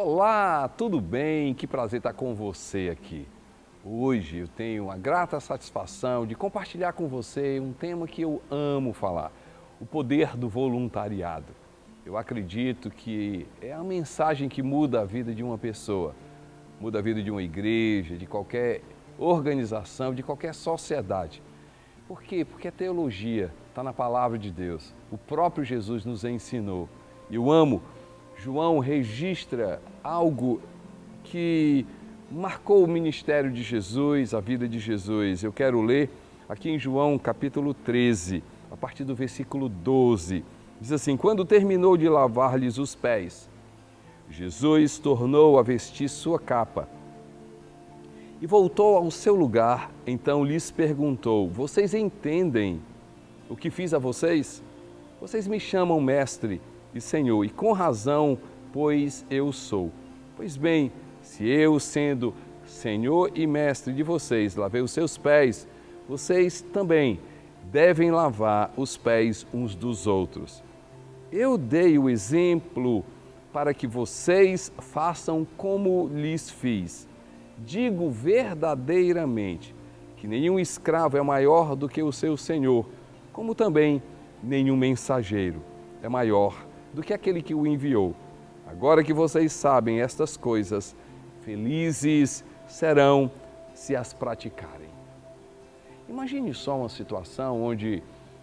Olá, tudo bem? Que prazer estar com você aqui. Hoje eu tenho a grata satisfação de compartilhar com você um tema que eu amo falar, o poder do voluntariado. Eu acredito que é a mensagem que muda a vida de uma pessoa, muda a vida de uma igreja, de qualquer organização, de qualquer sociedade. Por quê? Porque a teologia está na palavra de Deus. O próprio Jesus nos ensinou. Eu amo. João registra algo que marcou o ministério de Jesus, a vida de Jesus. Eu quero ler aqui em João capítulo 13, a partir do versículo 12. Diz assim: quando terminou de lavar-lhes os pés, Jesus tornou a vestir sua capa e voltou ao seu lugar. Então lhes perguntou: vocês entendem o que fiz a vocês? Vocês me chamam mestre e Senhor, e com razão, pois eu sou. Pois bem, se eu, sendo Senhor e mestre de vocês, lavei os seus pés, vocês também devem lavar os pés uns dos outros. Eu dei o exemplo para que vocês façam como lhes fiz. Digo verdadeiramente que nenhum escravo é maior do que o seu senhor, como também nenhum mensageiro é maior do que aquele que o enviou. Agora que vocês sabem estas coisas, felizes serão se as praticarem. Imagine só uma situação onde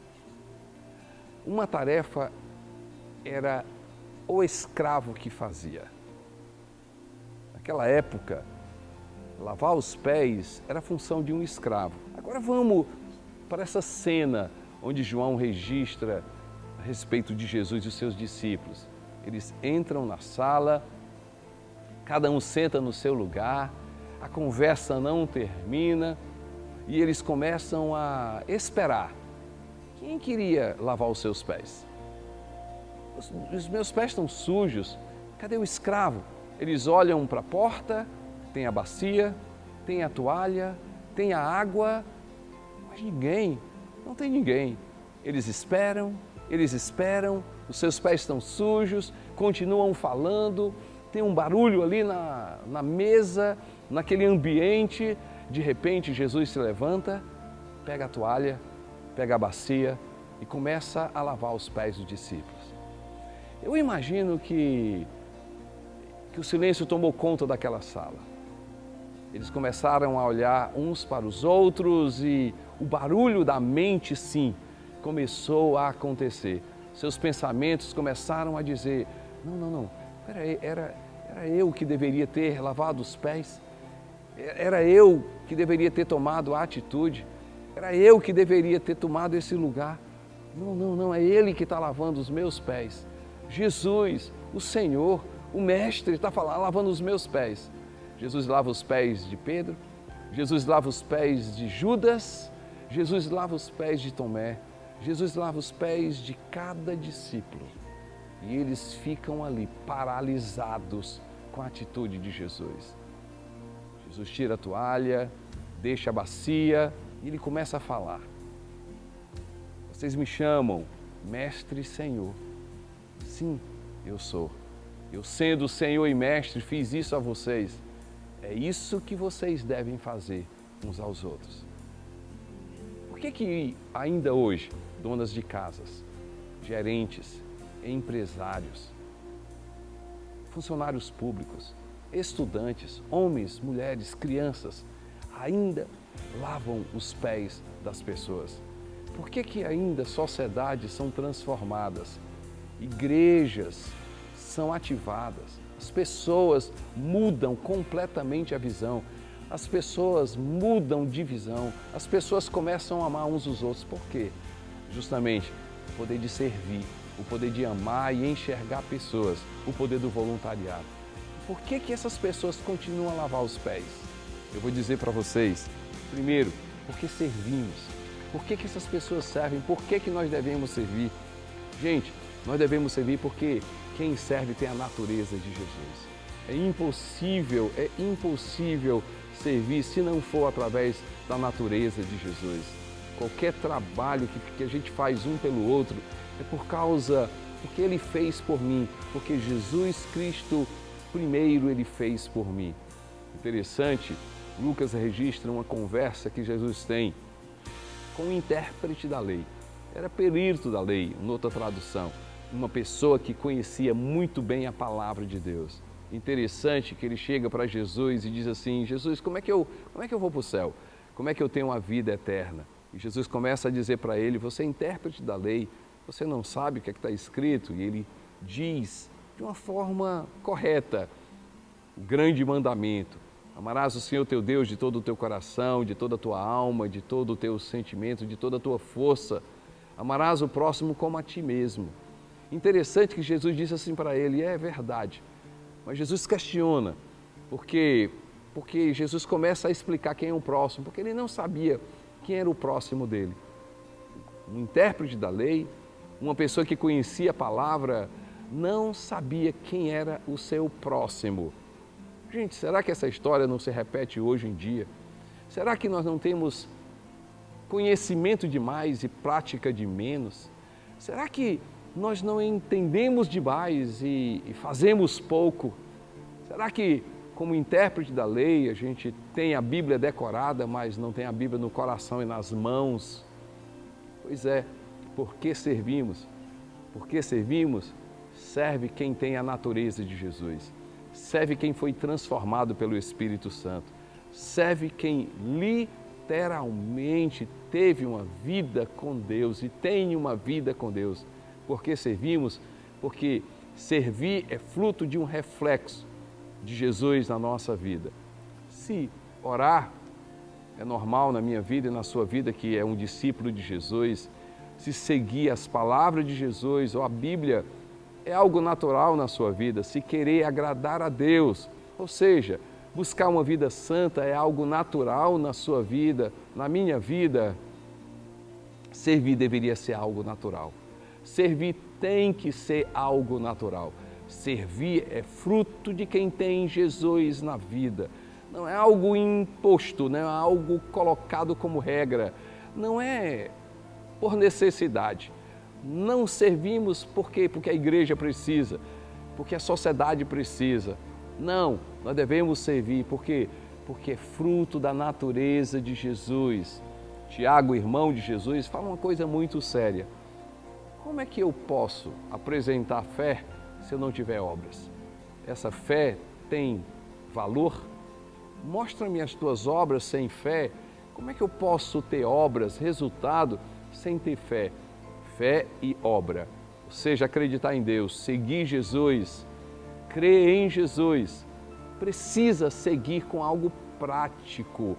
uma tarefa era o escravo que fazia. Naquela época, lavar os pés era a função de um escravo. Agora vamos para essa cena onde João registra a respeito de Jesus e os seus discípulos. Eles entram na sala, cada um senta no seu lugar, a conversa não termina e eles começam a esperar. Quem queria lavar os seus pés? Os meus pés estão sujos, cadê o escravo? Eles olham para a porta, tem a bacia, tem a toalha, tem a água, mas ninguém, não tem ninguém. Eles esperam, os seus pés estão sujos, continuam falando, tem um barulho ali na mesa, naquele ambiente. De repente, Jesus se levanta, pega a toalha, pega a bacia e começa a lavar os pés dos discípulos. Eu imagino que o silêncio tomou conta daquela sala. Eles começaram a olhar uns para os outros e o barulho da mente, sim, começou a acontecer. Seus pensamentos começaram a dizer: não, peraí, era eu que deveria ter lavado os pés, era eu que deveria ter tomado a atitude, era eu que deveria ter tomado esse lugar. Não, é Ele que está lavando os meus pés. Jesus, o Senhor, o Mestre, está lavando os meus pés. Jesus lava os pés de Pedro, Jesus lava os pés de Judas, Jesus lava os pés de Tomé, Jesus lava os pés de cada discípulo e eles ficam ali paralisados com a atitude de Jesus. Jesus tira a toalha, deixa a bacia e ele começa a falar. Vocês me chamam Mestre e Senhor. Sim, eu sou. Eu, sendo Senhor e Mestre, fiz isso a vocês. É isso que vocês devem fazer uns aos outros. Por que ainda hoje, donas de casas, gerentes, empresários, funcionários públicos, estudantes, homens, mulheres, crianças, ainda lavam os pés das pessoas? Por que ainda sociedades são transformadas, igrejas são ativadas, as pessoas mudam completamente a visão, as pessoas mudam de visão, as pessoas começam a amar uns os outros? Por quê? Justamente o poder de servir, o poder de amar e enxergar pessoas, o poder do voluntariado. Por que essas pessoas continuam a lavar os pés? Eu vou dizer para vocês, primeiro, porque servimos. Por que essas pessoas servem? Por que nós devemos servir? Gente, nós devemos servir porque quem serve tem a natureza de Jesus. É impossível servir se não for através da natureza de Jesus. Qualquer trabalho que a gente faz um pelo outro é porque Ele fez por mim, porque Jesus Cristo primeiro Ele fez por mim. Interessante, Lucas registra uma conversa que Jesus tem com o intérprete da lei. Era perito da lei, em outra tradução, uma pessoa que conhecia muito bem a palavra de Deus. Interessante que ele chega para Jesus e diz assim: Jesus, como é que eu vou para o céu? Como é que eu tenho uma vida eterna? E Jesus começa a dizer para ele: você é intérprete da lei, você não sabe o que está escrito? E ele diz de uma forma correta o grande mandamento: amarás o Senhor teu Deus de todo o teu coração, de toda a tua alma, de todo o teu sentimento, de toda a tua força. Amarás o próximo como a ti mesmo. Interessante que Jesus disse assim para ele, é verdade. Mas Jesus questiona, porque Jesus começa a explicar quem é o próximo, porque ele não sabia quem era o próximo dele. Um intérprete da lei, uma pessoa que conhecia a palavra, não sabia quem era o seu próximo. Gente, será que essa história não se repete hoje em dia? Será que nós não temos conhecimento demais e prática de menos? Será que nós não entendemos demais e fazemos pouco? Será que, como intérprete da lei, a gente tem a Bíblia decorada, mas não tem a Bíblia no coração e nas mãos? Pois é, por que servimos? Por que servimos? Serve quem tem a natureza de Jesus. Serve quem foi transformado pelo Espírito Santo. Serve quem literalmente teve uma vida com Deus e tem uma vida com Deus. Por que servimos? Porque servir é fruto de um reflexo de Jesus na nossa vida. Se orar é normal na minha vida e na sua vida, que é um discípulo de Jesus, se seguir as palavras de Jesus ou a Bíblia é algo natural na sua vida, se querer agradar a Deus, ou seja, buscar uma vida santa é algo natural na sua vida, na minha vida, servir deveria ser algo natural. Servir tem que ser algo natural. Servir é fruto de quem tem Jesus na vida. Não é algo imposto, não é algo colocado como regra. Não é por necessidade. Não servimos porque a igreja precisa, porque a sociedade precisa. Não, nós devemos servir porque é fruto da natureza de Jesus. Tiago, irmão de Jesus, fala uma coisa muito séria. Como é que eu posso apresentar fé se eu não tiver obras? Essa fé tem valor? Mostra-me as tuas obras sem fé. Como é que eu posso ter obras, resultado, sem ter fé? Fé e obra, ou seja, acreditar em Deus, seguir Jesus, crer em Jesus, precisa seguir com algo prático.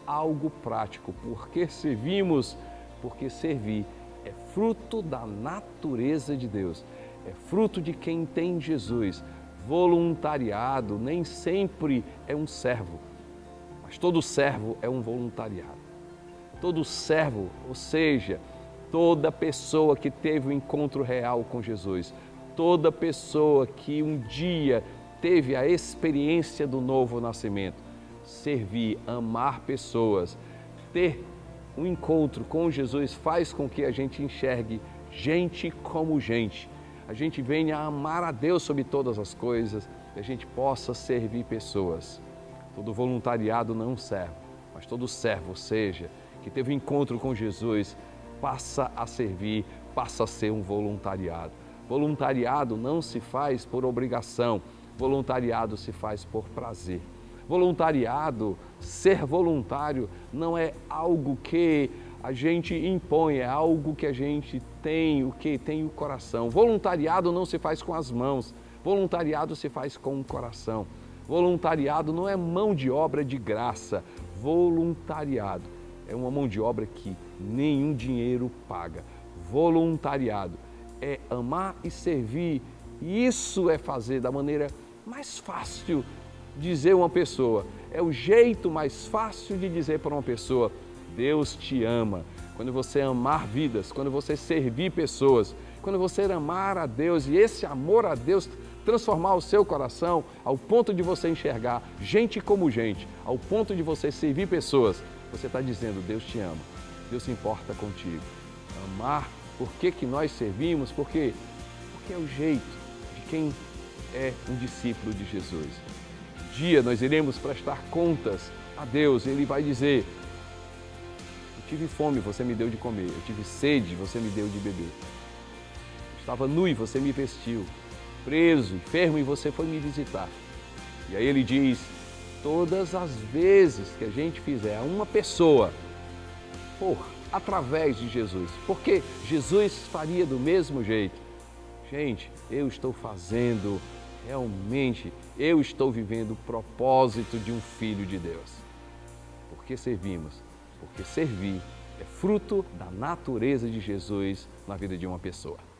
Por que servimos? Porque servir é fruto da natureza de Deus, é fruto de quem tem Jesus. Voluntariado nem sempre é um servo, mas todo servo é um voluntariado. Todo servo, ou seja, toda pessoa que teve um encontro real com Jesus, toda pessoa que um dia teve a experiência do novo nascimento, servir, amar pessoas, ter um encontro com Jesus faz com que a gente enxergue gente como gente. A gente venha a amar a Deus sobre todas as coisas e a gente possa servir pessoas. Todo voluntariado não serve, mas todo servo, ou seja, que teve um encontro com Jesus, passa a servir, passa a ser um voluntariado. Voluntariado não se faz por obrigação, voluntariado se faz por prazer. Voluntariado, ser voluntário, não é algo que a gente impõe, é algo que a gente tem, o que tem o coração. Voluntariado não se faz com as mãos, voluntariado se faz com o coração. Voluntariado não é mão de obra de graça, voluntariado é uma mão de obra que nenhum dinheiro paga. Voluntariado é amar e servir, e isso é fazer da maneira mais fácil dizer uma pessoa, é o jeito mais fácil de dizer para uma pessoa, Deus te ama. Quando você amar vidas, quando você servir pessoas, quando você amar a Deus e esse amor a Deus transformar o seu coração ao ponto de você enxergar gente como gente, ao ponto de você servir pessoas, você está dizendo, Deus te ama, Deus se importa contigo. Amar, por que nós servimos? Porque é o jeito de quem é um discípulo de Jesus. Um dia nós iremos prestar contas a Deus e Ele vai dizer: eu tive fome, você me deu de comer. Eu tive sede, você me deu de beber. Eu estava nu e você me vestiu. Preso, enfermo e você foi me visitar. E aí Ele diz: todas as vezes que a gente fizer a uma pessoa, através de Jesus, porque Jesus faria do mesmo jeito. Gente, eu estou fazendo, realmente, eu estou vivendo o propósito de um filho de Deus. Porque servimos? Porque servir é fruto da natureza de Jesus na vida de uma pessoa.